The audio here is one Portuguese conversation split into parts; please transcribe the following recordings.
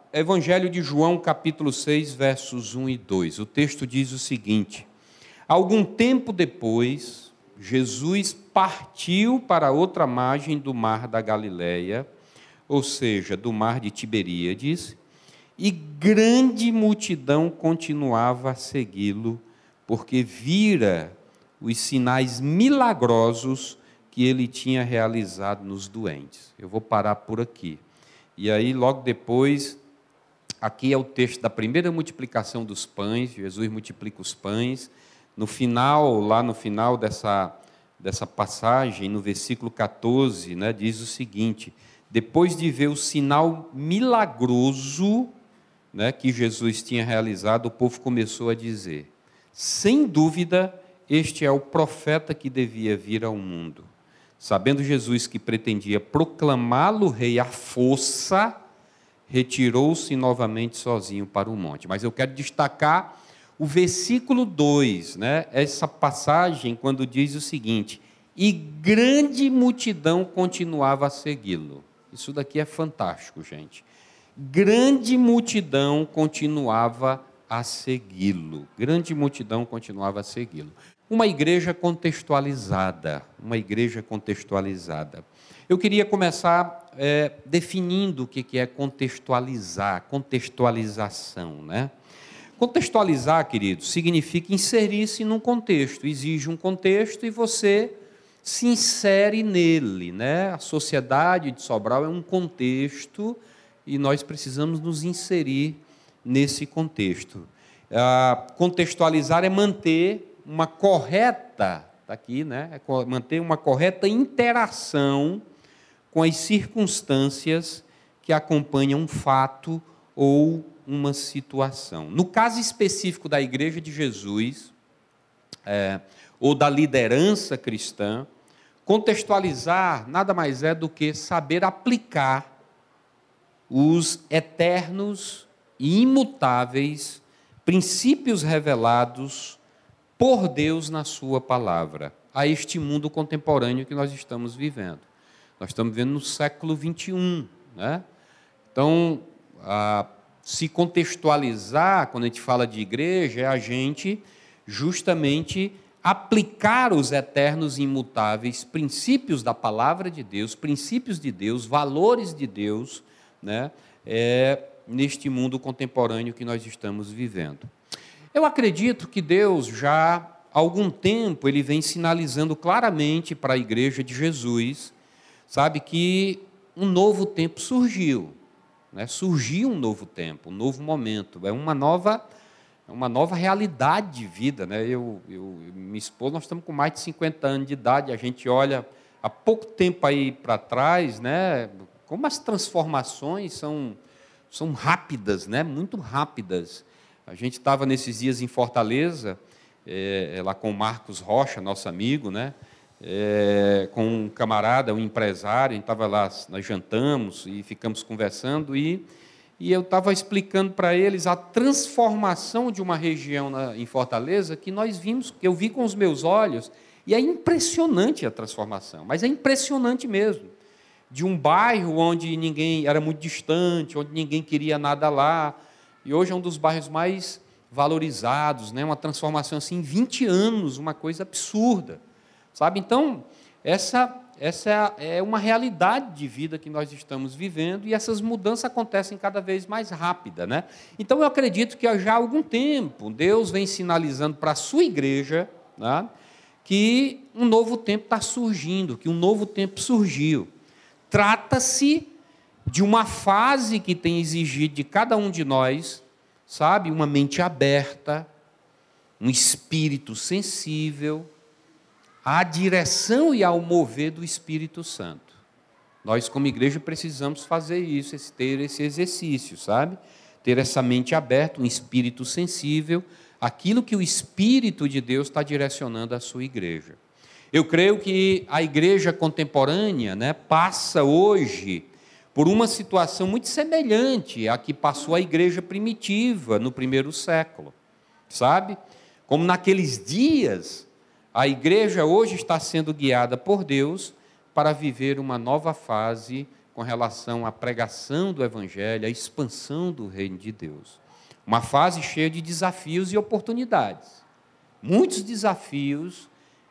Evangelho de João, capítulo 6, versos 1 e 2. O texto diz o seguinte: algum tempo depois, Jesus partiu para outra margem do mar da Galileia, ou seja, do mar de Tiberíades, e grande multidão continuava a segui-lo, porque vira os sinais milagrosos que ele tinha realizado nos doentes. Eu vou parar por aqui. E aí, logo depois, aqui é o texto da primeira multiplicação dos pães. Jesus multiplica os pães. No final, lá no final dessa passagem, no versículo 14, né, diz o seguinte: depois de ver o sinal milagroso, né, que Jesus tinha realizado, o povo começou a dizer: sem dúvida, este é o profeta que devia vir ao mundo. Sabendo Jesus que pretendia proclamá-lo rei à força, retirou-se novamente sozinho para o monte. Mas eu quero destacar o versículo 2, né? Essa passagem, quando diz o seguinte: e grande multidão continuava a segui-lo. Isso daqui é fantástico, gente. Grande multidão continuava a segui-lo. Grande multidão continuava a segui-lo. Uma igreja contextualizada. Uma igreja contextualizada. Eu queria começar definindo o que é contextualizar, contextualização, né? Contextualizar, queridos, significa inserir-se num contexto. Exige um contexto e você se insere nele, né? A sociedade de Sobral é um contexto e nós precisamos nos inserir nesse contexto. Contextualizar é manter uma correta, está aqui, né? É manter uma correta interação com as circunstâncias que acompanham um fato ou uma situação. No caso específico da Igreja de Jesus, ou da liderança cristã, contextualizar nada mais é do que saber aplicar os eternos e imutáveis princípios revelados por Deus na sua palavra, a este mundo contemporâneo que nós estamos vivendo. Nós estamos vivendo no século XXI, né? Então, se contextualizar, quando a gente fala de igreja, é a gente justamente aplicar os eternos e imutáveis princípios da palavra de Deus, princípios de Deus, valores de Deus, né? Neste mundo contemporâneo que nós estamos vivendo. Eu acredito que Deus já há algum tempo ele vem sinalizando claramente para a Igreja de Jesus, sabe, que um novo tempo surgiu, né? Surgiu um novo tempo, um novo momento, é uma nova realidade de vida, né? Eu e minha esposa, nós estamos com mais de 50 anos de idade, a gente olha há pouco tempo aí para trás, né? Como as transformações são rápidas, né? Muito rápidas. A gente estava nesses dias em Fortaleza, lá com o Marcos Rocha, nosso amigo, né? Com um camarada, um empresário, a gente estava lá, nós jantamos e ficamos conversando, e eu estava explicando para eles a transformação de uma região em Fortaleza que nós vimos, que eu vi com os meus olhos, e é impressionante a transformação, mas é impressionante mesmo. De um bairro onde ninguém era muito distante, onde ninguém queria nada lá, e hoje é um dos bairros mais valorizados, né? Uma transformação assim em 20 anos, uma coisa absurda, sabe? Então, essa é uma realidade de vida que nós estamos vivendo, e essas mudanças acontecem cada vez mais rápida, né? Então, eu acredito que já há algum tempo Deus vem sinalizando para a sua igreja, né, que um novo tempo está surgindo, que um novo tempo surgiu. Trata-se de uma fase que tem exigido de cada um de nós, sabe, uma mente aberta, um espírito sensível, à direção e ao mover do Espírito Santo. Nós, como igreja, precisamos fazer isso, ter esse exercício, sabe? Ter essa mente aberta, um espírito sensível, aquilo que o Espírito de Deus está direcionando à sua igreja. Eu creio que a igreja contemporânea, né, passa hoje por uma situação muito semelhante à que passou a igreja primitiva no primeiro século, sabe? Como naqueles dias, a igreja hoje está sendo guiada por Deus para viver uma nova fase com relação à pregação do Evangelho, à expansão do reino de Deus. Uma fase cheia de desafios e oportunidades. Muitos desafios,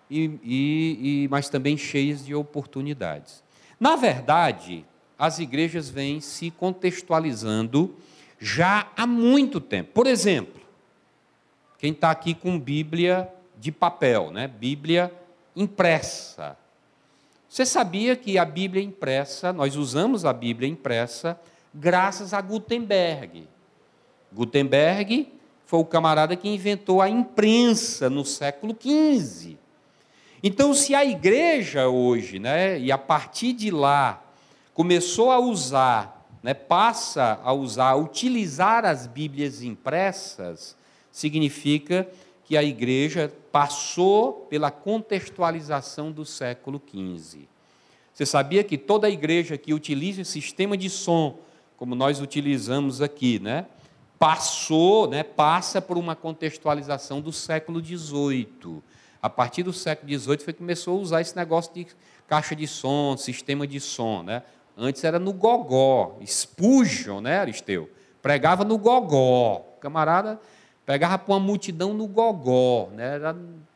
mas também cheias de oportunidades. Na verdade, as igrejas vêm se contextualizando já há muito tempo. Por exemplo, quem está aqui com Bíblia de papel, né? Bíblia impressa. Você sabia que a Bíblia impressa, nós usamos a Bíblia impressa graças a Gutenberg. Gutenberg foi o camarada que inventou a imprensa no século XV. Então, se a igreja hoje, né, e a partir de lá, começou a usar, né, passa a usar, a utilizar as Bíblias impressas, significa que a igreja passou pela contextualização do século XV. Você sabia que toda igreja que utiliza esse sistema de som, como nós utilizamos aqui, né, passa por uma contextualização do século XVIII. A partir do século XVIII foi que começou a usar esse negócio de caixa de som, sistema de som, né? Antes era no gogó, Spurgeon, né, Aristeu? Pregava no gogó. O camarada pegava para uma multidão no gogó, né? Era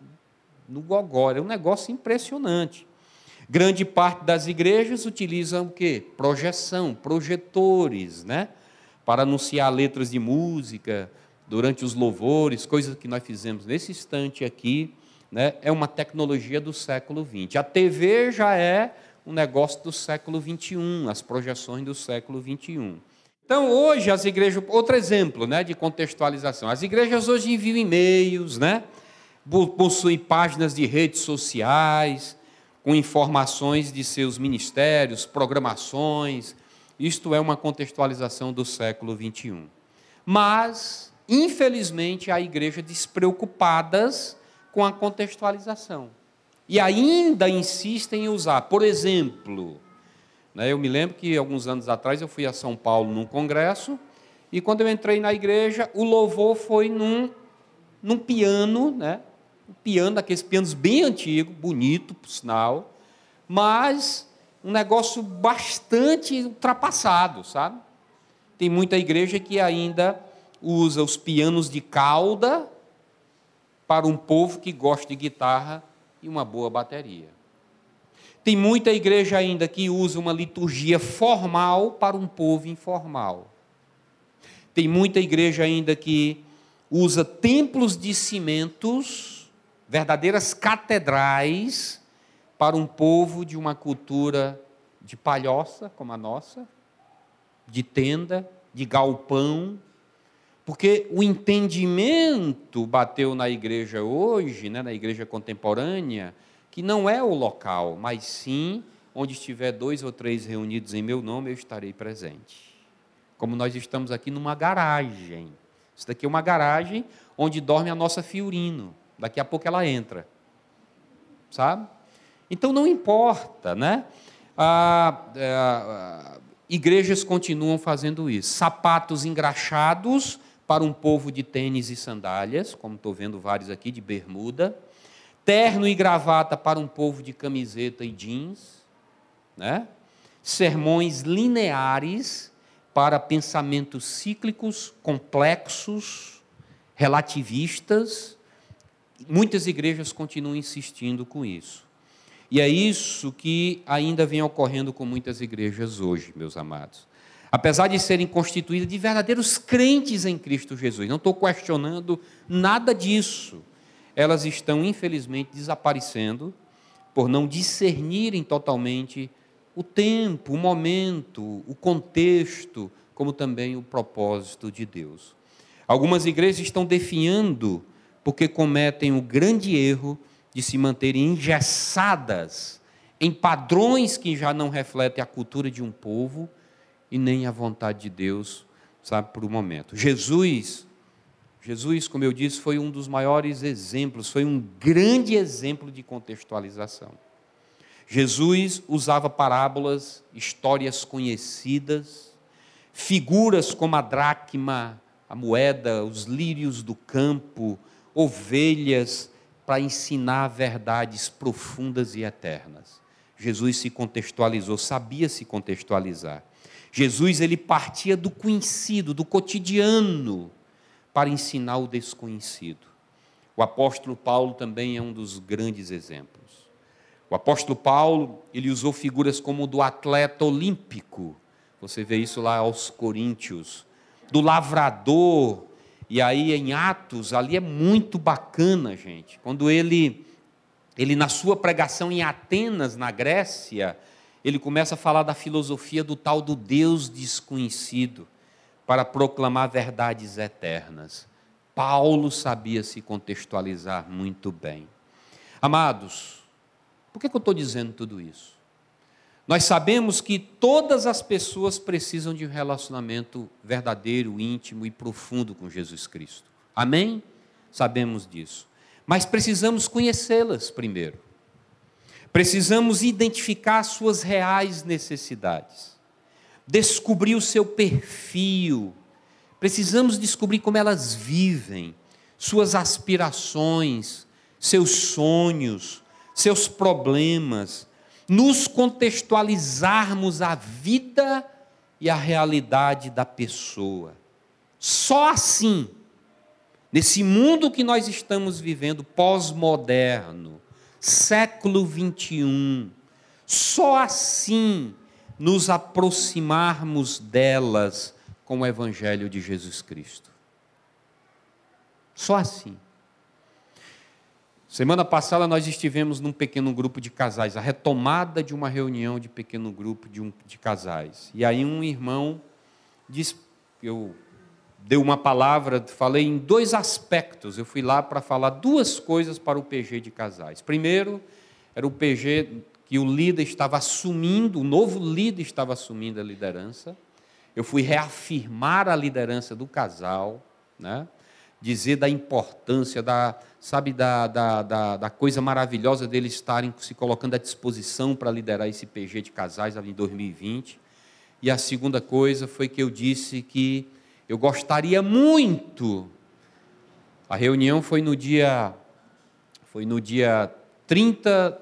no gogó, era um negócio impressionante. Grande parte das igrejas utilizam o quê? Projeção, projetores, né? Para anunciar letras de música durante os louvores, coisas que nós fizemos nesse instante aqui, né? É uma tecnologia do século XX. A TV já é um negócio do século XXI, as projeções do século XXI. Então, hoje, as igrejas... Outro exemplo, né, de contextualização. As igrejas hoje enviam e-mails, né, possuem páginas de redes sociais, com informações de seus ministérios, programações. Isto é uma contextualização do século XXI. Mas, infelizmente, há igrejas despreocupadas com a contextualização. E ainda insistem em usar. Por exemplo, né, eu me lembro que alguns anos atrás eu fui a São Paulo num congresso, e quando eu entrei na igreja, o louvor foi num piano, né, um piano, daqueles pianos bem antigos, bonito, por sinal, mas um negócio bastante ultrapassado, sabe? Tem muita igreja que ainda usa os pianos de cauda para um povo que gosta de guitarra e uma boa bateria. Tem muita igreja ainda que usa uma liturgia formal para um povo informal. Tem muita igreja ainda que usa templos de cimentos, verdadeiras catedrais, para um povo de uma cultura de palhoça, como a nossa, de tenda, de galpão, porque o entendimento bateu na igreja hoje, né, na igreja contemporânea, que não é o local, mas sim, onde estiver 2 ou 3 reunidos em meu nome, eu estarei presente. Como nós estamos aqui numa garagem. Isso daqui é uma garagem onde dorme a nossa Fiorino. Daqui a pouco ela entra. Sabe? Então, não importa, né? Igrejas continuam fazendo isso. Sapatos engraxados para um povo de tênis e sandálias, como estou vendo vários aqui, de bermuda. Terno e gravata para um povo de camiseta e jeans, né? Sermões lineares para pensamentos cíclicos, complexos, relativistas. Muitas igrejas continuam insistindo com isso. E é isso que ainda vem ocorrendo com muitas igrejas hoje, meus amados. Apesar de serem constituídas de verdadeiros crentes em Cristo Jesus, não estou questionando nada disso. Elas estão, infelizmente, desaparecendo por não discernirem totalmente o tempo, o momento, o contexto, como também o propósito de Deus. Algumas igrejas estão definhando porque cometem o grande erro de se manterem engessadas em padrões que já não refletem a cultura de um povo e nem a vontade de Deus, sabe, por um momento. Jesus, como eu disse, foi um dos maiores exemplos, foi um grande exemplo de contextualização. Jesus usava parábolas, histórias conhecidas, figuras como a dracma, a moeda, os lírios do campo, ovelhas, para ensinar verdades profundas e eternas. Jesus se contextualizou, sabia se contextualizar. Jesus, ele partia do conhecido, do cotidiano, para ensinar o desconhecido. O apóstolo Paulo também é um dos grandes exemplos. O apóstolo Paulo, ele usou figuras como o do atleta olímpico, você vê isso lá aos Coríntios, do lavrador, e aí em Atos, ali é muito bacana, gente, quando ele na sua pregação em Atenas, na Grécia, ele começa a falar da filosofia do tal do Deus desconhecido, para proclamar verdades eternas. Paulo sabia se contextualizar muito bem. Amados, por que eu estou dizendo tudo isso? Nós sabemos que todas as pessoas precisam de um relacionamento verdadeiro, íntimo e profundo com Jesus Cristo. Amém? Sabemos disso. Mas precisamos conhecê-las primeiro. Precisamos identificar as suas reais necessidades. Descobrir o seu perfil. Precisamos descobrir como elas vivem, suas aspirações, seus sonhos, seus problemas, nos contextualizarmos a vida e a realidade da pessoa. Só assim, nesse mundo que nós estamos vivendo, pós-moderno, século 21, só assim nos aproximarmos delas com o Evangelho de Jesus Cristo. Só assim. Semana passada nós estivemos num pequeno grupo de casais, a retomada de uma reunião de pequeno grupo de casais. E aí um irmão disse, eu dei uma palavra, falei em 2 aspectos. Eu fui lá para falar 2 coisas para o PG de casais. Primeiro, era o PG que o líder estava assumindo, o novo líder estava assumindo a liderança. Eu fui reafirmar a liderança do casal, né? Dizer da importância, da coisa maravilhosa deles estarem se colocando à disposição para liderar esse PG de casais em 2020. E a segunda coisa foi que eu disse que eu gostaria muito, a reunião foi no dia 30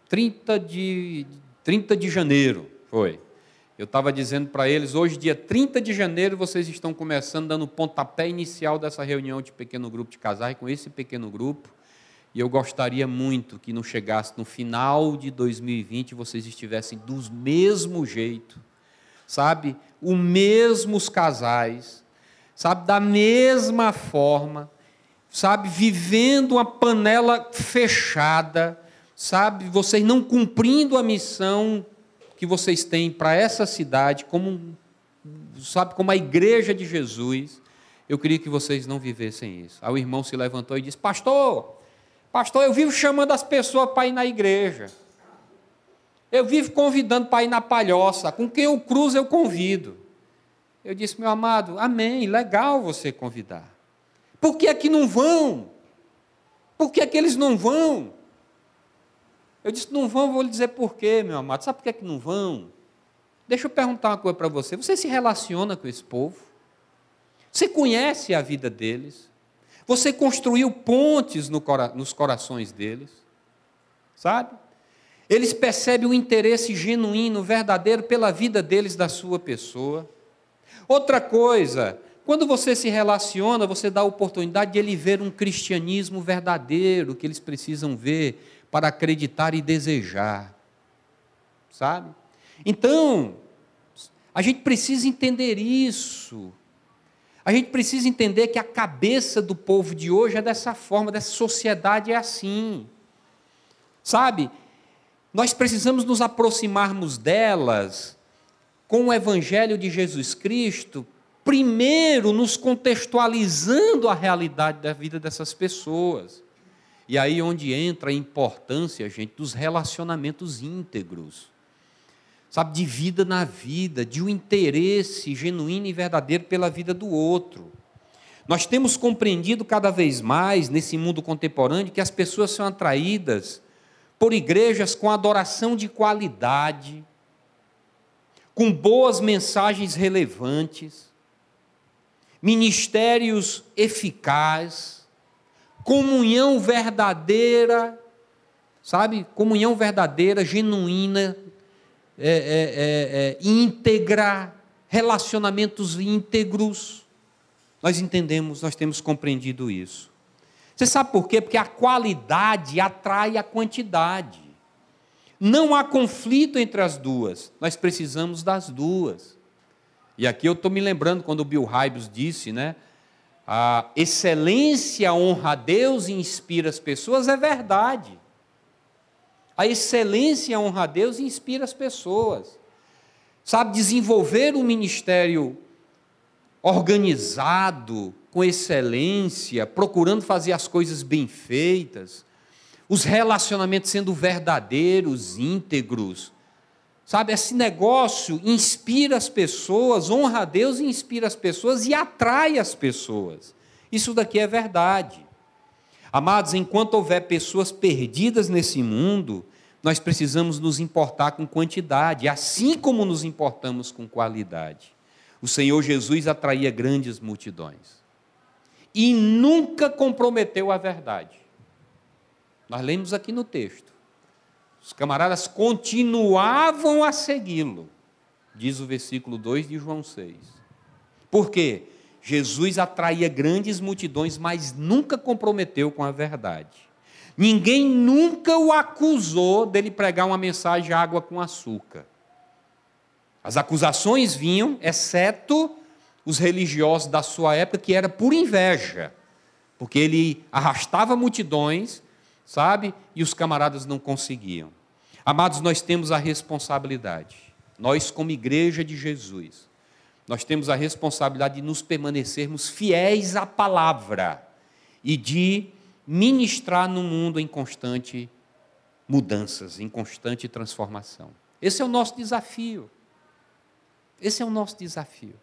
de janeiro, foi. Eu estava dizendo para eles, hoje, dia 30 de janeiro, vocês estão começando, dando o pontapé inicial dessa reunião de pequeno grupo de casais, com esse pequeno grupo, e eu gostaria muito que não chegasse no final de 2020, vocês estivessem do mesmo jeito, sabe? Os mesmos casais, sabe? Da mesma forma, sabe? Vivendo uma panela fechada, sabe? Vocês não cumprindo a missão que vocês têm para essa cidade, como a igreja de Jesus. Eu queria que vocês não vivessem isso. Aí o irmão se levantou e disse, pastor, eu vivo chamando as pessoas para ir na igreja. Eu vivo convidando para ir na palhoça. Com quem eu cruzo, eu convido. Eu disse, meu amado, amém, legal você convidar. Por que é que não vão? Por que é que eles não vão? Eu disse, não vão, vou lhe dizer por quê, meu amado. Sabe por que é que não vão? Deixa eu perguntar uma coisa para você. Você se relaciona com esse povo? Você conhece a vida deles? Você construiu pontes nos corações deles? Sabe? Eles percebem o interesse genuíno, verdadeiro pela vida deles, da sua pessoa. Outra coisa, quando você se relaciona, você dá a oportunidade de ele ver um cristianismo verdadeiro, que eles precisam ver para acreditar e desejar, sabe? Então, a gente precisa entender isso. A gente precisa entender que a cabeça do povo de hoje é dessa forma, dessa sociedade é assim, sabe? Nós precisamos nos aproximarmos delas com o Evangelho de Jesus Cristo, primeiro nos contextualizando a realidade da vida dessas pessoas. E aí onde entra a importância, gente, dos relacionamentos íntegros, sabe, de vida na vida, de um interesse genuíno e verdadeiro pela vida do outro. Nós temos compreendido cada vez mais, nesse mundo contemporâneo, que as pessoas são atraídas por igrejas com adoração de qualidade, com boas mensagens relevantes, ministérios eficazes, comunhão verdadeira, sabe? Comunhão verdadeira, genuína, íntegra, relacionamentos íntegros. Nós entendemos, nós temos compreendido isso. Você sabe por quê? Porque a qualidade atrai a quantidade. Não há conflito entre as duas, nós precisamos das duas. E aqui eu estou me lembrando quando o Bill Hybels disse, né? A excelência honra a Deus e inspira as pessoas, é verdade. A excelência honra a Deus e inspira as pessoas. Sabe, desenvolver um ministério organizado, com excelência, procurando fazer as coisas bem feitas, os relacionamentos sendo verdadeiros, íntegros. Sabe, esse negócio inspira as pessoas, honra a Deus e inspira as pessoas e atrai as pessoas. Isso daqui é verdade. Amados, enquanto houver pessoas perdidas nesse mundo, nós precisamos nos importar com quantidade, assim como nos importamos com qualidade. O Senhor Jesus atraía grandes multidões e nunca comprometeu a verdade. Nós lemos aqui no texto. Os camaradas continuavam a segui-lo, diz o versículo 2 de João 6. Por quê? Jesus atraía grandes multidões, mas nunca comprometeu com a verdade. Ninguém nunca o acusou dele pregar uma mensagem de água com açúcar. As acusações vinham, exceto os religiosos da sua época, que era por inveja, porque ele arrastava multidões, sabe? E os camaradas não conseguiam. Amados, nós temos a responsabilidade, nós como igreja de Jesus, nós temos a responsabilidade de nos permanecermos fiéis à palavra e de ministrar no mundo em constante mudanças, em constante transformação. Esse é o nosso desafio. Esse é o nosso desafio.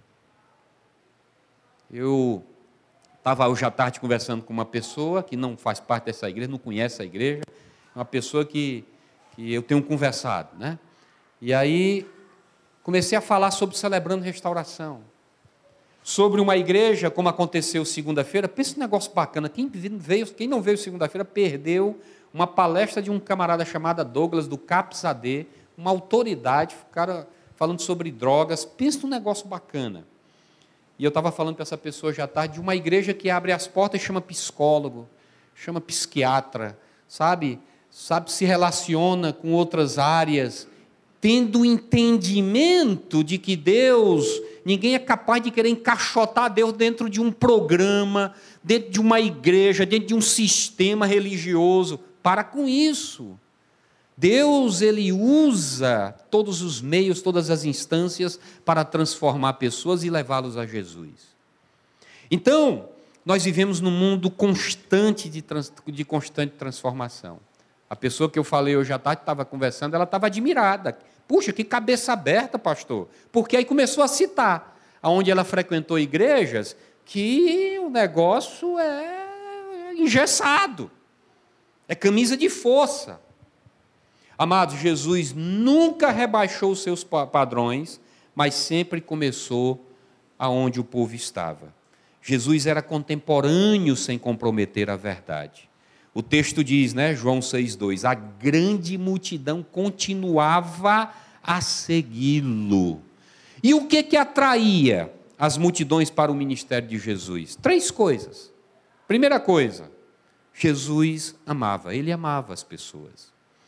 Eu estava hoje à tarde conversando com uma pessoa que não faz parte dessa igreja, não conhece a igreja, uma pessoa que eu tenho conversado, né? E aí comecei a falar sobre Celebrando Restauração, sobre uma igreja, como aconteceu segunda-feira. Pensa um negócio bacana, quem não veio segunda-feira perdeu uma palestra de um camarada chamado Douglas, do CAPS-AD, uma autoridade, cara falando sobre drogas. Pensa um negócio bacana. E eu estava falando para essa pessoa hoje à tarde de uma igreja que abre as portas e chama psicólogo, chama psiquiatra, sabe, se relaciona com outras áreas, tendo entendimento de que Deus, ninguém é capaz de querer encaixotar Deus dentro de um programa, dentro de uma igreja, dentro de um sistema religioso. Para com isso. Deus, ele usa todos os meios, todas as instâncias para transformar pessoas e levá-los a Jesus. Então, nós vivemos num mundo constante de constante transformação. A pessoa que eu falei hoje à tarde, estava conversando, ela estava admirada. Puxa, que cabeça aberta, pastor. Porque aí começou a citar, onde ela frequentou igrejas, que o negócio é engessado, é camisa de força. Amados, Jesus nunca rebaixou os seus padrões, mas sempre começou aonde o povo estava. Jesus era contemporâneo sem comprometer a verdade. O texto diz, né, João 6,2, a grande multidão continuava a segui-lo. E o que atraía as multidões para o ministério de Jesus? 3 coisas. Primeira coisa, Jesus amava, ele amava as pessoas.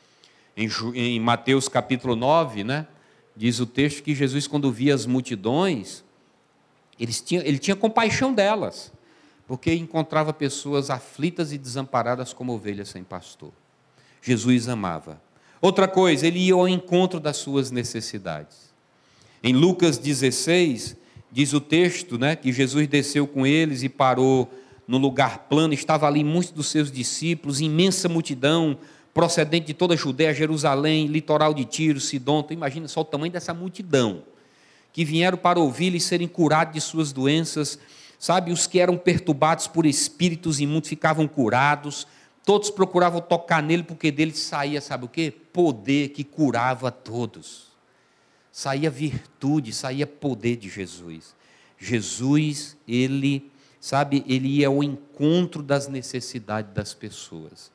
Em Mateus capítulo 9, né, diz o texto que Jesus, quando via as multidões, ele tinha compaixão delas, porque encontrava pessoas aflitas e desamparadas como ovelhas sem pastor. Jesus amava. Outra coisa, ele ia ao encontro das suas necessidades. Em Lucas 16, diz o texto, né, que Jesus desceu com eles e parou no lugar plano, estava ali muitos dos seus discípulos, imensa multidão, procedente de toda a Judéia, Jerusalém, litoral de Tiro, Sidom. Então, imagina só o tamanho dessa multidão, que vieram para ouvi-lo e serem curados de suas doenças. Sabe, os que eram perturbados por espíritos imundos ficavam curados, todos procuravam tocar nele, porque dele saía, sabe o quê? Poder que curava todos. Saía virtude, saía poder de Jesus. Jesus, ele ia ao encontro das necessidades das pessoas.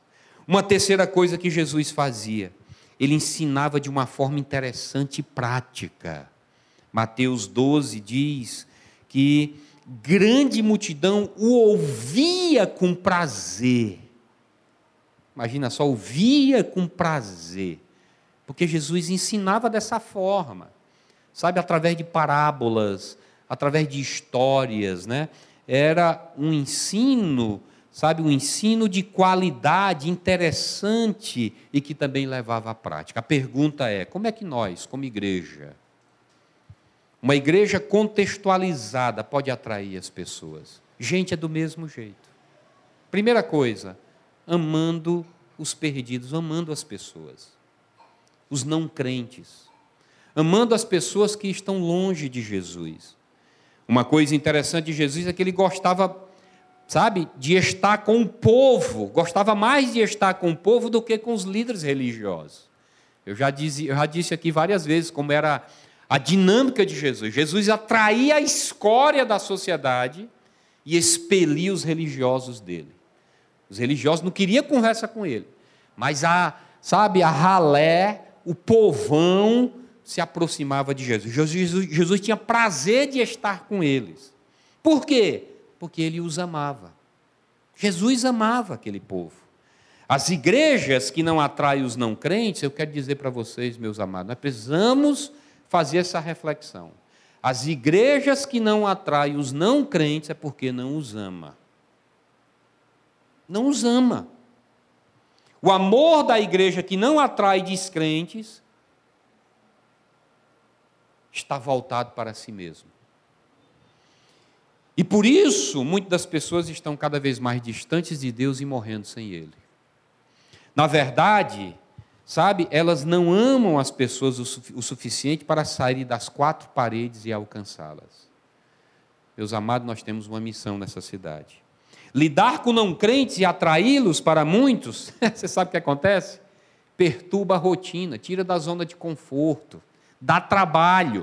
Uma terceira coisa que Jesus fazia, ele ensinava de uma forma interessante e prática. Mateus 12 diz que grande multidão o ouvia com prazer. Imagina só, ouvia com prazer. Porque Jesus ensinava dessa forma. Sabe, através de parábolas, através de histórias, né? Era um ensino, sabe, um ensino de qualidade interessante e que também levava à prática. A pergunta é, como é que nós, como igreja, uma igreja contextualizada pode atrair as pessoas? Gente, é do mesmo jeito. Primeira coisa, amando os perdidos, amando as pessoas, os não crentes, amando as pessoas que estão longe de Jesus. Uma coisa interessante de Jesus é que ele gostava, sabe, de estar com o povo, gostava mais de estar com o povo do que com os líderes religiosos. Eu já disse aqui várias vezes como era a dinâmica de Jesus. Jesus atraía a escória da sociedade e expelia os religiosos dele. Os religiosos não queriam conversa com ele, mas a ralé, o povão, se aproximava de Jesus. Jesus tinha prazer de estar com eles. Por quê? Porque ele os amava. Jesus amava aquele povo. As igrejas que não atraem os não crentes, eu quero dizer para vocês, meus amados, nós precisamos fazer essa reflexão. As igrejas que não atraem os não crentes é porque não os ama. Não os ama. O amor da igreja que não atrai descrentes está voltado para si mesmo. E por isso, muitas das pessoas estão cada vez mais distantes de Deus e morrendo sem Ele. Na verdade, sabe, elas não amam as pessoas o suficiente para sair das quatro paredes e alcançá-las. Meus amados, nós temos uma missão nessa cidade. Lidar com não crentes e atraí-los para muitos, você sabe o que acontece? Perturba a rotina, tira da zona de conforto, dá trabalho,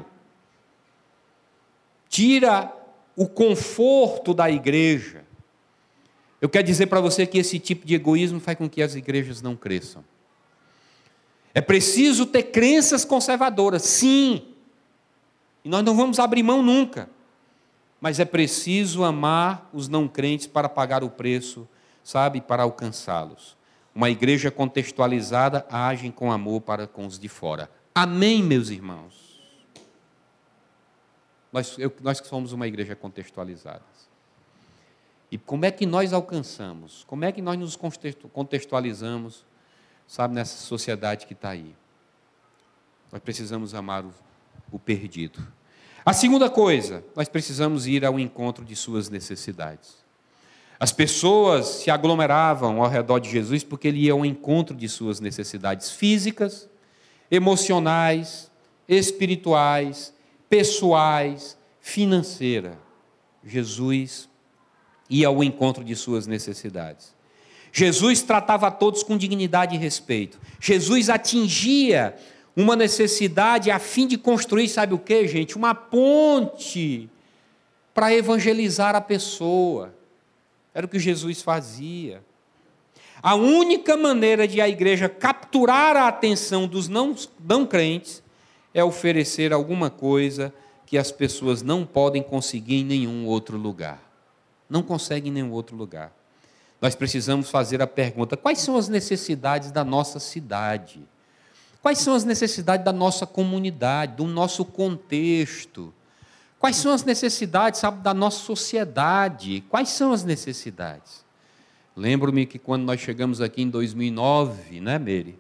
tira o conforto da igreja. Eu quero dizer para você que esse tipo de egoísmo faz com que as igrejas não cresçam. É preciso ter crenças conservadoras, sim, e nós não vamos abrir mão nunca, mas é preciso amar os não crentes para pagar o preço, sabe, para alcançá-los. Uma igreja contextualizada age com amor para com os de fora. Amém, meus irmãos? Nós que somos uma igreja contextualizada. E como é que nós alcançamos? Como é que nós nos contextualizamos, sabe, nessa sociedade que está aí? Nós precisamos amar o perdido. A segunda coisa, nós precisamos ir ao encontro de suas necessidades. As pessoas se aglomeravam ao redor de Jesus porque ele ia ao encontro de suas necessidades físicas, emocionais, espirituais, pessoais, financeiras. Jesus ia ao encontro de suas necessidades. Jesus tratava a todos com dignidade e respeito. Jesus atingia uma necessidade a fim de construir, sabe o quê, gente? Uma ponte para evangelizar a pessoa. Era o que Jesus fazia. A única maneira de a igreja capturar a atenção dos não crentes é oferecer alguma coisa que as pessoas não podem conseguir em nenhum outro lugar. Não conseguem em nenhum outro lugar. Nós precisamos fazer a pergunta: quais são as necessidades da nossa cidade? Quais são as necessidades da nossa comunidade, do nosso contexto? Quais são as necessidades, sabe, da nossa sociedade? Quais são as necessidades? Lembro-me que quando nós chegamos aqui em 2009, né, Meire?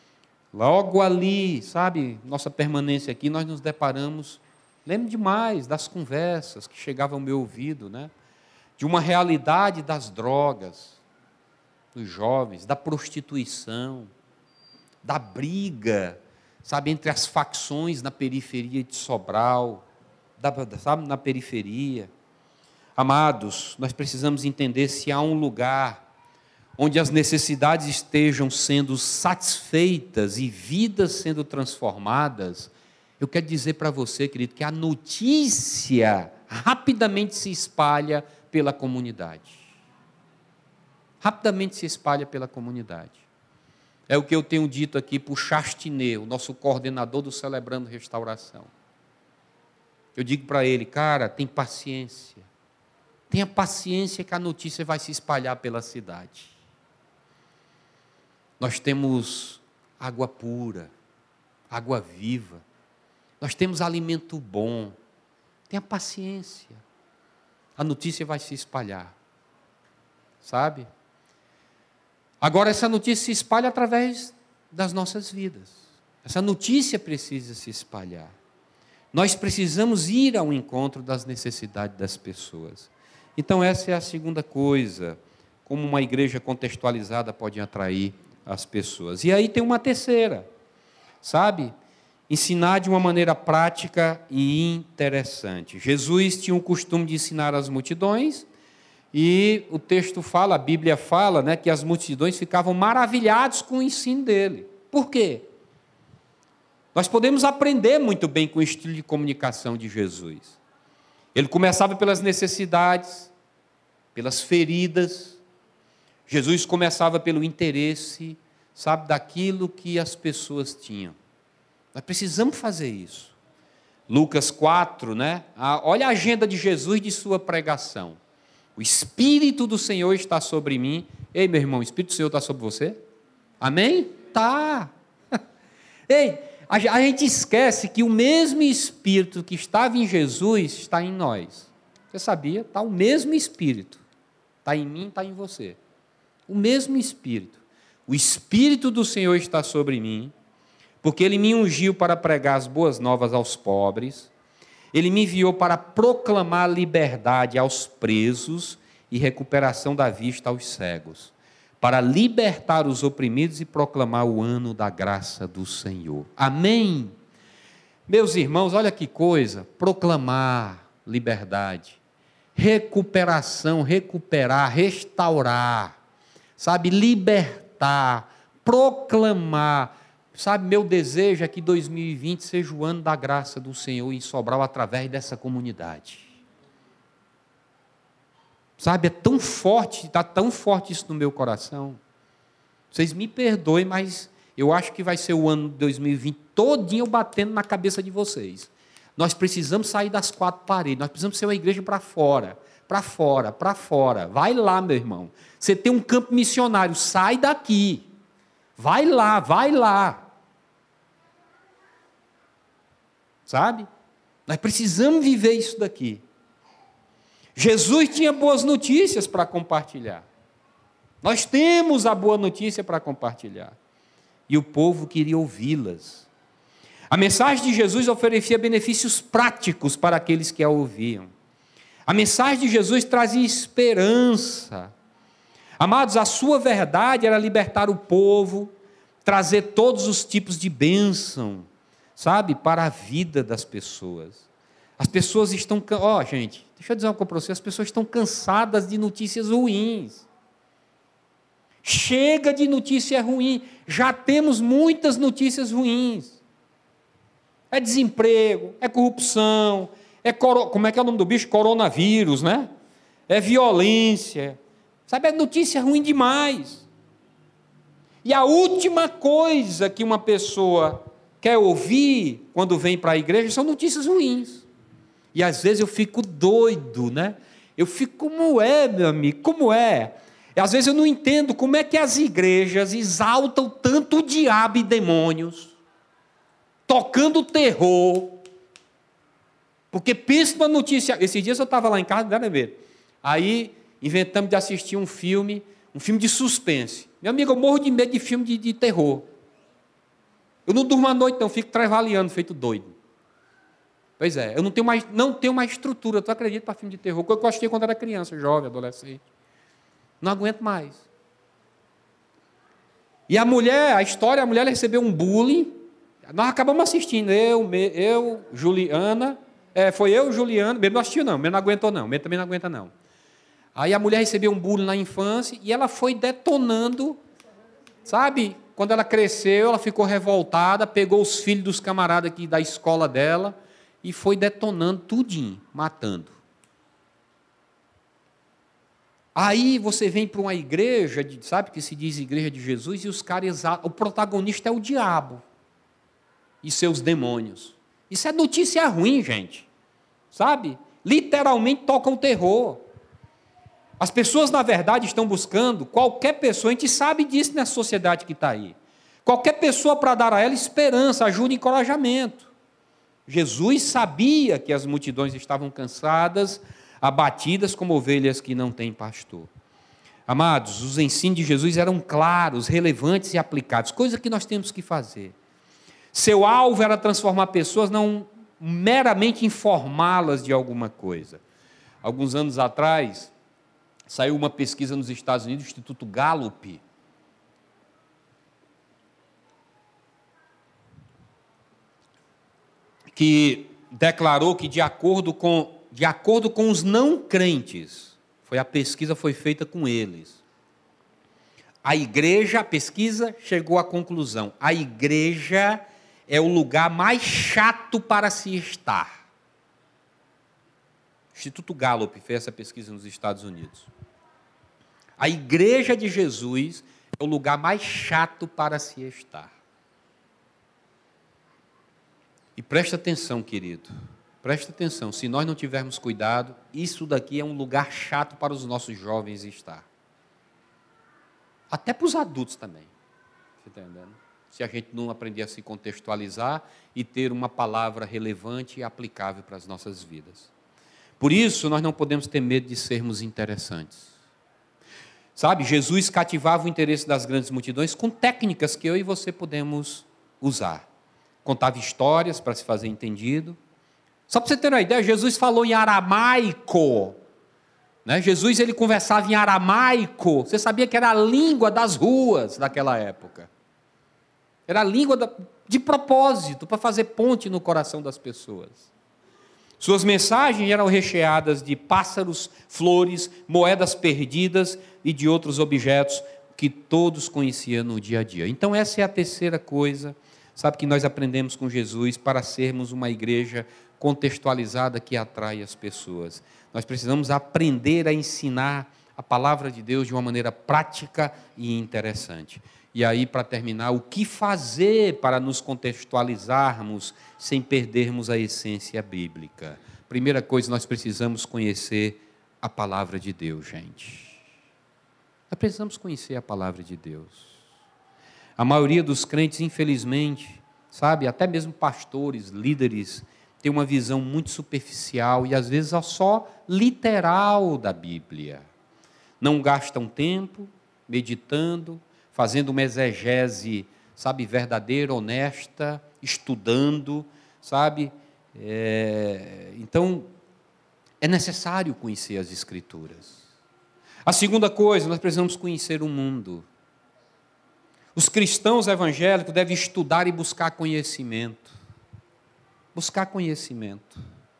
Logo ali, sabe, nossa permanência aqui, nós nos deparamos, lembro demais das conversas que chegavam ao meu ouvido, né? De uma realidade das drogas, dos jovens, da prostituição, da briga, sabe, entre as facções na periferia de Sobral, sabe, na periferia. Amados, nós precisamos entender se há um lugar onde as necessidades estejam sendo satisfeitas e vidas sendo transformadas. Eu quero dizer para você, querido, que a notícia rapidamente se espalha pela comunidade. Rapidamente se espalha pela comunidade. É o que eu tenho dito aqui para o Chastinet, o nosso coordenador do Celebrando Restauração. Eu digo para ele, cara, tem paciência. Tenha paciência que a notícia vai se espalhar pela cidade. Nós temos água pura, água viva. Nós temos alimento bom. Tenha paciência. A notícia vai se espalhar. Sabe? Agora, essa notícia se espalha através das nossas vidas. Essa notícia precisa se espalhar. Nós precisamos ir ao encontro das necessidades das pessoas. Então, essa é a segunda coisa, como uma igreja contextualizada pode atrair as pessoas. E aí tem uma terceira, sabe? Ensinar de uma maneira prática e interessante. Jesus tinha o costume de ensinar as multidões, e o texto fala, a Bíblia fala, né, que as multidões ficavam maravilhadas com o ensino dele. Por quê? Nós podemos aprender muito bem com o estilo de comunicação de Jesus. Ele começava pelas necessidades, pelas feridas. Jesus começava pelo interesse, sabe, daquilo que as pessoas tinham. Nós precisamos fazer isso. Lucas 4, né? Olha a agenda de Jesus de sua pregação. O Espírito do Senhor está sobre mim. Ei, meu irmão, o Espírito do Senhor está sobre você? Amém? Tá. Ei, a gente esquece que o mesmo Espírito que estava em Jesus está em nós. Você sabia? Está o mesmo Espírito. Está em mim, está em você. O mesmo Espírito. O Espírito do Senhor está sobre mim, porque Ele me ungiu para pregar as boas novas aos pobres. Ele me enviou para proclamar liberdade aos presos e recuperação da vista aos cegos, para libertar os oprimidos e proclamar o ano da graça do Senhor. Amém? Meus irmãos, olha que coisa, proclamar liberdade, recuperação, recuperar, restaurar, sabe, libertar, proclamar. Sabe, meu desejo é que 2020 seja o ano da graça do Senhor em Sobral através dessa comunidade. Sabe, é tão forte, está tão forte isso no meu coração. Vocês me perdoem, mas eu acho que vai ser o ano de 2020 todinho batendo na cabeça de vocês. Nós precisamos sair das quatro paredes, nós precisamos ser uma igreja para fora, para fora, para fora. Vai lá, meu irmão. Você tem um campo missionário, sai daqui. Vai lá, vai lá. Sabe? Nós precisamos viver isso daqui. Jesus tinha boas notícias para compartilhar. Nós temos a boa notícia para compartilhar. E o povo queria ouvi-las. A mensagem de Jesus oferecia benefícios práticos para aqueles que a ouviam. A mensagem de Jesus trazia esperança. Amados, a sua verdade era libertar o povo, trazer todos os tipos de bênção, sabe, para a vida das pessoas. As pessoas estão... gente, deixa eu dizer uma coisa para você, as pessoas estão cansadas de notícias ruins. Chega de notícia ruim, já temos muitas notícias ruins. É desemprego, é corrupção, como é que é o nome do bicho? Coronavírus, né? É violência, sabe, é notícia ruim demais. E a última coisa que uma pessoa quer ouvir quando vem para a igreja são notícias ruins. E às vezes eu fico doido, né? Eu fico, como é, meu amigo, como é? E às vezes eu não entendo como é que as igrejas exaltam tanto o diabo e demônios, tocando terror, porque pensa numa notícia... Esses dias eu estava lá em casa, né, ver? Aí inventamos de assistir um filme de suspense. Meu amigo, eu morro de medo de filme de terror. Eu não durmo à noite, não, fico travaliando, feito doido. Pois é, eu não tenho mais estrutura, tu acredita, para filme de terror, que eu gostei quando era criança, jovem, adolescente. Não aguento mais. E a mulher recebeu um bullying, nós acabamos assistindo, Juliana, Juliana, Bento não assistiu não, Bento não aguentou não, Bento também não aguenta não. Aí a mulher recebeu um bullying na infância e ela foi detonando, sabe? Quando ela cresceu, ela ficou revoltada, pegou os filhos dos camaradas aqui da escola dela e foi detonando tudinho, matando. Aí você vem para uma igreja, sabe, que se diz igreja de Jesus, e os caras, o protagonista é o diabo e seus demônios. Isso é notícia ruim, gente, sabe? Literalmente toca o terror. As pessoas, na verdade, estão buscando qualquer pessoa, a gente sabe disso nessa sociedade que está aí, qualquer pessoa para dar a ela esperança, ajuda e encorajamento. Jesus sabia que as multidões estavam cansadas, abatidas como ovelhas que não têm pastor. Amados, os ensinos de Jesus eram claros, relevantes e aplicáveis, coisa que nós temos que fazer. Seu alvo era transformar pessoas, não meramente informá-las de alguma coisa. Alguns anos atrás, saiu uma pesquisa nos Estados Unidos, do Instituto Gallup, que declarou que, de acordo com os não crentes, a pesquisa foi feita com eles. A pesquisa chegou à conclusão, a igreja é o lugar mais chato para se estar. O Instituto Gallup fez essa pesquisa nos Estados Unidos. A igreja de Jesus é o lugar mais chato para se estar. E presta atenção, querido, presta atenção, se nós não tivermos cuidado, isso daqui é um lugar chato para os nossos jovens estar. Até para os adultos também. Você está entendendo? Se a gente não aprender a se contextualizar e ter uma palavra relevante e aplicável para as nossas vidas. Por isso, nós não podemos ter medo de sermos interessantes. Sabe, Jesus cativava o interesse das grandes multidões com técnicas que eu e você podemos usar. Contava histórias para se fazer entendido. Só para você ter uma ideia, Jesus falou em aramaico. Né? Jesus ele conversava em aramaico. Você sabia que era a língua das ruas daquela época. Era a língua de propósito, para fazer ponte no coração das pessoas. Suas mensagens eram recheadas de pássaros, flores, moedas perdidas e de outros objetos que todos conheciam no dia a dia. Então essa é a terceira coisa, sabe, que nós aprendemos com Jesus para sermos uma igreja contextualizada que atrai as pessoas. Nós precisamos aprender a ensinar a palavra de Deus de uma maneira prática e interessante. E aí, para terminar, o que fazer para nos contextualizarmos sem perdermos a essência bíblica? Primeira coisa, nós precisamos conhecer a palavra de Deus, gente. Nós precisamos conhecer a palavra de Deus. A maioria dos crentes, infelizmente, sabe, até mesmo pastores, líderes, tem uma visão muito superficial e às vezes só literal da Bíblia. Não gastam tempo meditando, fazendo uma exegese, sabe, verdadeira, honesta, estudando, sabe? Então, é necessário conhecer as Escrituras. A segunda coisa, nós precisamos conhecer o mundo. Os cristãos evangélicos devem estudar e buscar conhecimento. Buscar conhecimento.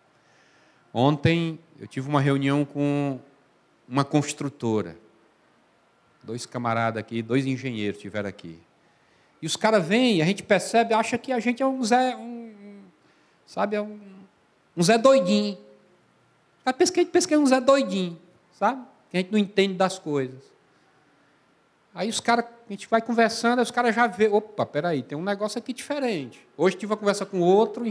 Ontem eu tive uma reunião com uma construtora. 2 camaradas aqui, 2 engenheiros estiveram aqui. E os caras vêm, a gente percebe, acha que a gente é um Zé doidinho. A gente pensa que é um Zé doidinho, sabe? Que a gente não entende das coisas. Aí os caras, a gente vai conversando, aí os caras já vê, opa, peraí, tem um negócio aqui diferente. Hoje tive uma conversa com outro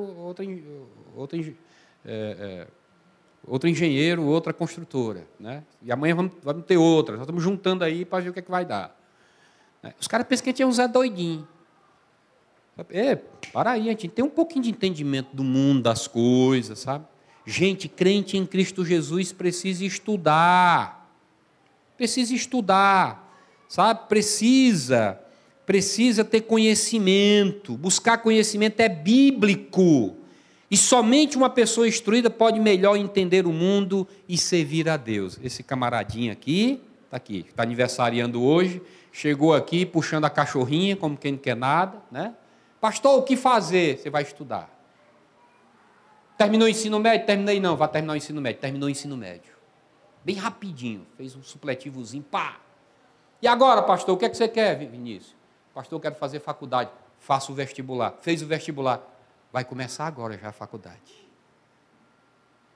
engenheiro, outra construtora, né? E amanhã vamos ter outra, nós estamos juntando aí para ver o que é que vai dar. Os caras pensam que a gente é um Zé doidinho. Para aí, a gente tem um pouquinho de entendimento do mundo, das coisas, sabe? Gente, crente em Cristo Jesus precisa estudar, sabe? Precisa ter conhecimento, buscar conhecimento é bíblico. E somente uma pessoa instruída pode melhor entender o mundo e servir a Deus. Esse camaradinho aqui, está aniversariando hoje, chegou aqui puxando a cachorrinha, como quem não quer nada, né? Pastor, o que fazer? Você vai estudar. Terminou o ensino médio? Terminei não, vai terminar o ensino médio. Terminou o ensino médio. Bem rapidinho, fez um supletivozinho, pá. E agora, pastor, o que é que você quer, Vinícius? Pastor, eu quero fazer faculdade. Faça o vestibular. Fez o vestibular. Vai começar agora já a faculdade.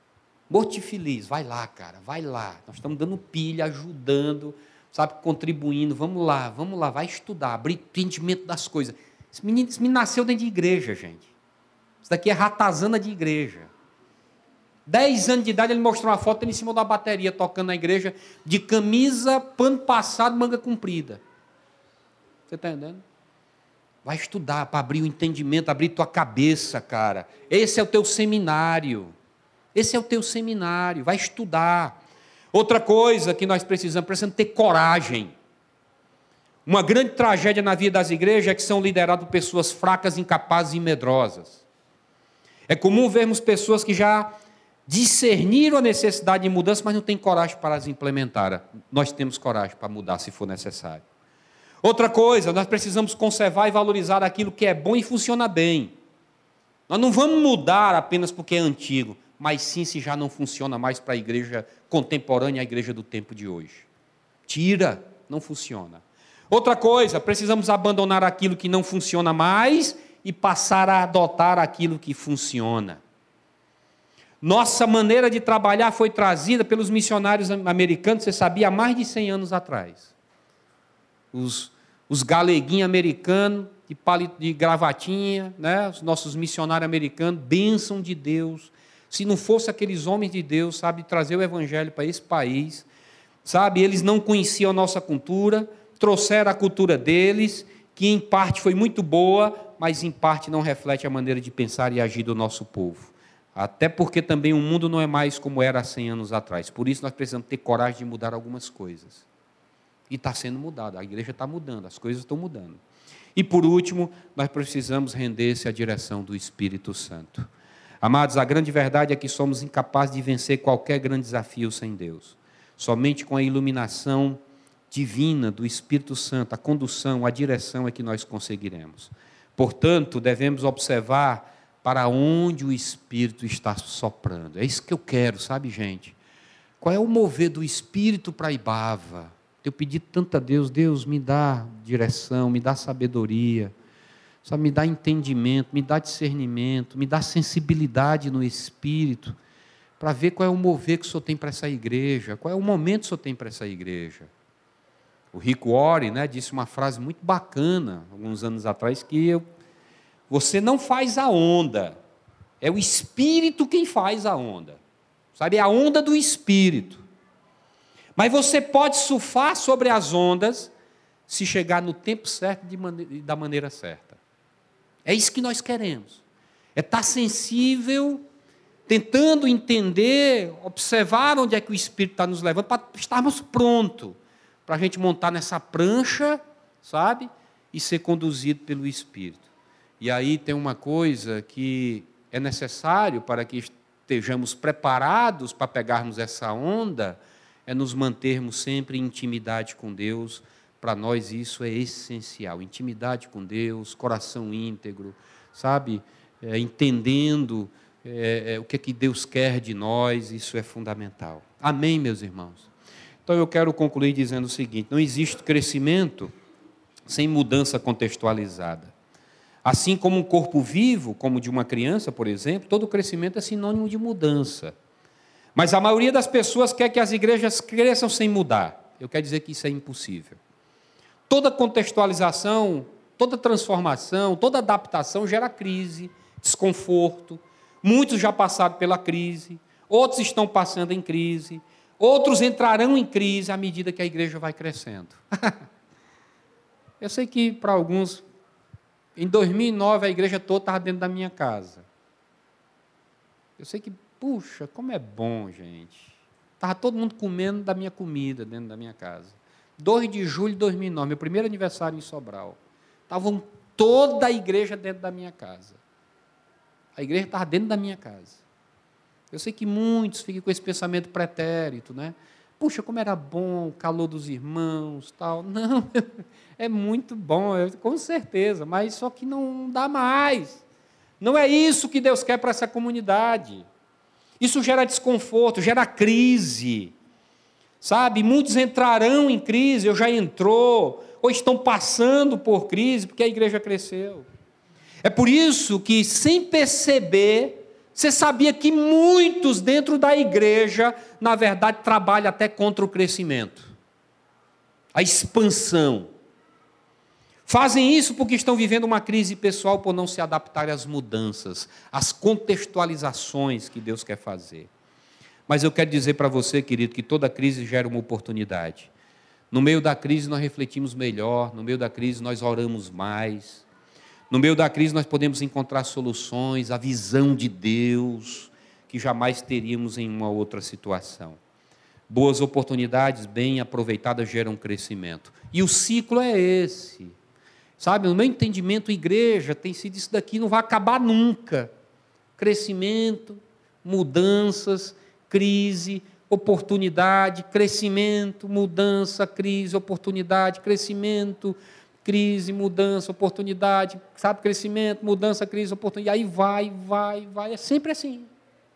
Morto e feliz, vai lá, cara, vai lá. Nós estamos dando pilha, ajudando, sabe, contribuindo. Vamos lá, vai estudar, abrir entendimento das coisas. Esse menino nasceu dentro de igreja, gente. Isso daqui é ratazana de igreja. 10 anos de idade, ele mostrou uma foto dele em cima da bateria, tocando na igreja, de camisa, pano passado, manga comprida. Você está entendendo? Vai estudar para abrir o entendimento, abrir tua cabeça, cara. Esse é o teu seminário. Esse é o teu seminário. Vai estudar. Outra coisa que nós precisamos ter coragem. Uma grande tragédia na vida das igrejas é que são lideradas por pessoas fracas, incapazes e medrosas. É comum vermos pessoas que já discerniram a necessidade de mudança, mas não têm coragem para as implementar. Nós temos coragem para mudar, se for necessário. Outra coisa, nós precisamos conservar e valorizar aquilo que é bom e funciona bem. Nós não vamos mudar apenas porque é antigo, mas sim se já não funciona mais para a igreja contemporânea, a igreja do tempo de hoje. Tira, não funciona. Outra coisa, precisamos abandonar aquilo que não funciona mais e passar a adotar aquilo que funciona. Nossa maneira de trabalhar foi trazida pelos missionários americanos, você sabia, há mais de 100 anos atrás. Os galeguinhos americanos, de gravatinha, né? Os nossos missionários americanos, bênção de Deus. Se não fosse aqueles homens de Deus, sabe, trazer o evangelho para esse país, sabe, eles não conheciam a nossa cultura, trouxeram a cultura deles, que em parte foi muito boa, mas em parte não reflete a maneira de pensar e agir do nosso povo. Até porque também o mundo não é mais como era há 100 anos atrás. Por isso nós precisamos ter coragem de mudar algumas coisas. E está sendo mudado, a igreja está mudando, as coisas estão mudando. E por último, nós precisamos render-se à direção do Espírito Santo. Amados, a grande verdade é que somos incapazes de vencer qualquer grande desafio sem Deus. Somente com a iluminação divina do Espírito Santo, a condução, a direção é que nós conseguiremos. Portanto, devemos observar para onde o Espírito está soprando. É isso que eu quero, sabe, gente? Qual é o mover do Espírito para Ibava? Eu pedi tanto a Deus, Deus me dá direção, me dá sabedoria, sabe, me dá entendimento, me dá discernimento, me dá sensibilidade no Espírito, para ver qual é o mover que o Senhor tem para essa igreja, qual é o momento que o Senhor tem para essa igreja. O Rick Warren, né, disse uma frase muito bacana, alguns anos atrás, que você não faz a onda, é o Espírito quem faz a onda, sabe, é a onda do Espírito. Mas você pode surfar sobre as ondas se chegar no tempo certo e da maneira certa. É isso que nós queremos. É estar sensível, tentando entender, observar onde é que o Espírito está nos levando, para estarmos prontos, para a gente montar nessa prancha, sabe? E ser conduzido pelo Espírito. E aí tem uma coisa que é necessário para que estejamos preparados para pegarmos essa onda, é nos mantermos sempre em intimidade com Deus. Para nós isso é essencial, intimidade com Deus, coração íntegro, sabe, entendendo o que é que Deus quer de nós, isso é fundamental. Amém, meus irmãos? Então eu quero concluir dizendo o seguinte, não existe crescimento sem mudança contextualizada. Assim como um corpo vivo, como de uma criança, por exemplo, todo crescimento é sinônimo de mudança. Mas a maioria das pessoas quer que as igrejas cresçam sem mudar. Eu quero dizer que isso é impossível. Toda contextualização, toda transformação, toda adaptação gera crise, desconforto. Muitos já passaram pela crise, outros estão passando em crise, outros entrarão em crise à medida que a igreja vai crescendo. Eu sei que para alguns, em 2009 a igreja toda estava dentro da minha casa. Eu sei que, puxa, como é bom, gente. Estava todo mundo comendo da minha comida dentro da minha casa. 2 de julho de 2009, meu primeiro aniversário em Sobral. Estavam toda a igreja dentro da minha casa. A igreja estava dentro da minha casa. Eu sei que muitos ficam com esse pensamento pretérito, né? Puxa, como era bom o calor dos irmãos, tal. Não, é muito bom, com certeza, mas só que não dá mais. Não é isso que Deus quer para essa comunidade. Isso gera desconforto, gera crise. Sabe, muitos entrarão em crise, ou já entrou, ou estão passando por crise, porque a igreja cresceu. É por isso que, sem perceber, Você sabia que muitos dentro da igreja, na verdade, trabalham até contra o crescimento, a expansão. Fazem isso porque estão vivendo uma crise pessoal por não se adaptarem às mudanças, às contextualizações que Deus quer fazer. Mas eu quero dizer para você, querido, que toda crise gera uma oportunidade. No meio da crise nós refletimos melhor, no meio da crise nós oramos mais, no meio da crise nós podemos encontrar soluções, a visão de Deus, que jamais teríamos em uma outra situação. Boas oportunidades bem aproveitadas geram crescimento. E o ciclo é esse. Sabe, no meu entendimento, igreja tem sido isso daqui, não vai acabar nunca. Crescimento, mudanças, crise, oportunidade, crescimento, mudança, crise, oportunidade, crescimento, crise, mudança, oportunidade, sabe, crescimento, mudança, crise, oportunidade, e aí vai, é sempre assim.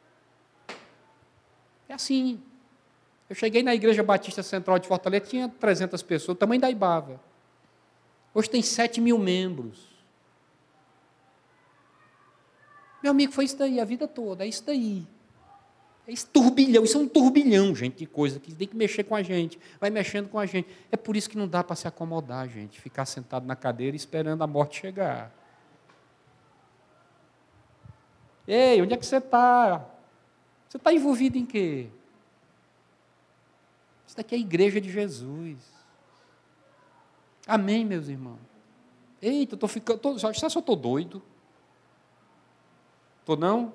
É assim. Eu cheguei na Igreja Batista Central de Fortaleza, tinha 300 pessoas, o tamanho da Ibava. Hoje tem 7 mil membros. Meu amigo, foi isso daí, a vida toda, é isso daí. É esse turbilhão, isso é um turbilhão, gente, de coisa que tem que mexer com a gente, vai mexendo com a gente. É por isso que não dá para se acomodar, gente, ficar sentado na cadeira esperando a morte chegar. Ei, onde é que você está? Você está envolvido em quê? Isso daqui é a igreja de Jesus. Amém, meus irmãos? Eita, eu estou doido? Estou não?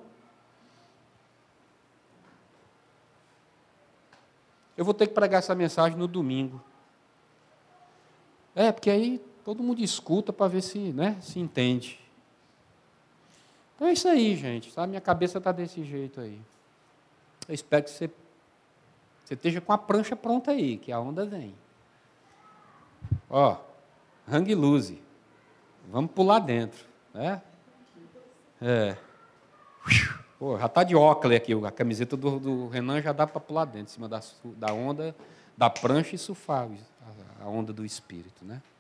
Eu vou ter que pregar essa mensagem no domingo. Porque aí todo mundo escuta para ver se, se entende. Então é isso aí, gente. Sabe? Minha cabeça está desse jeito aí. Eu espero que você esteja com a prancha pronta aí, que a onda vem. Ó, hang loose. Vamos pular dentro. Né? Pô, já está de óculos aqui, a camiseta do Renan já dá para pular dentro, em cima da onda, da prancha e surfar a onda do Espírito, né?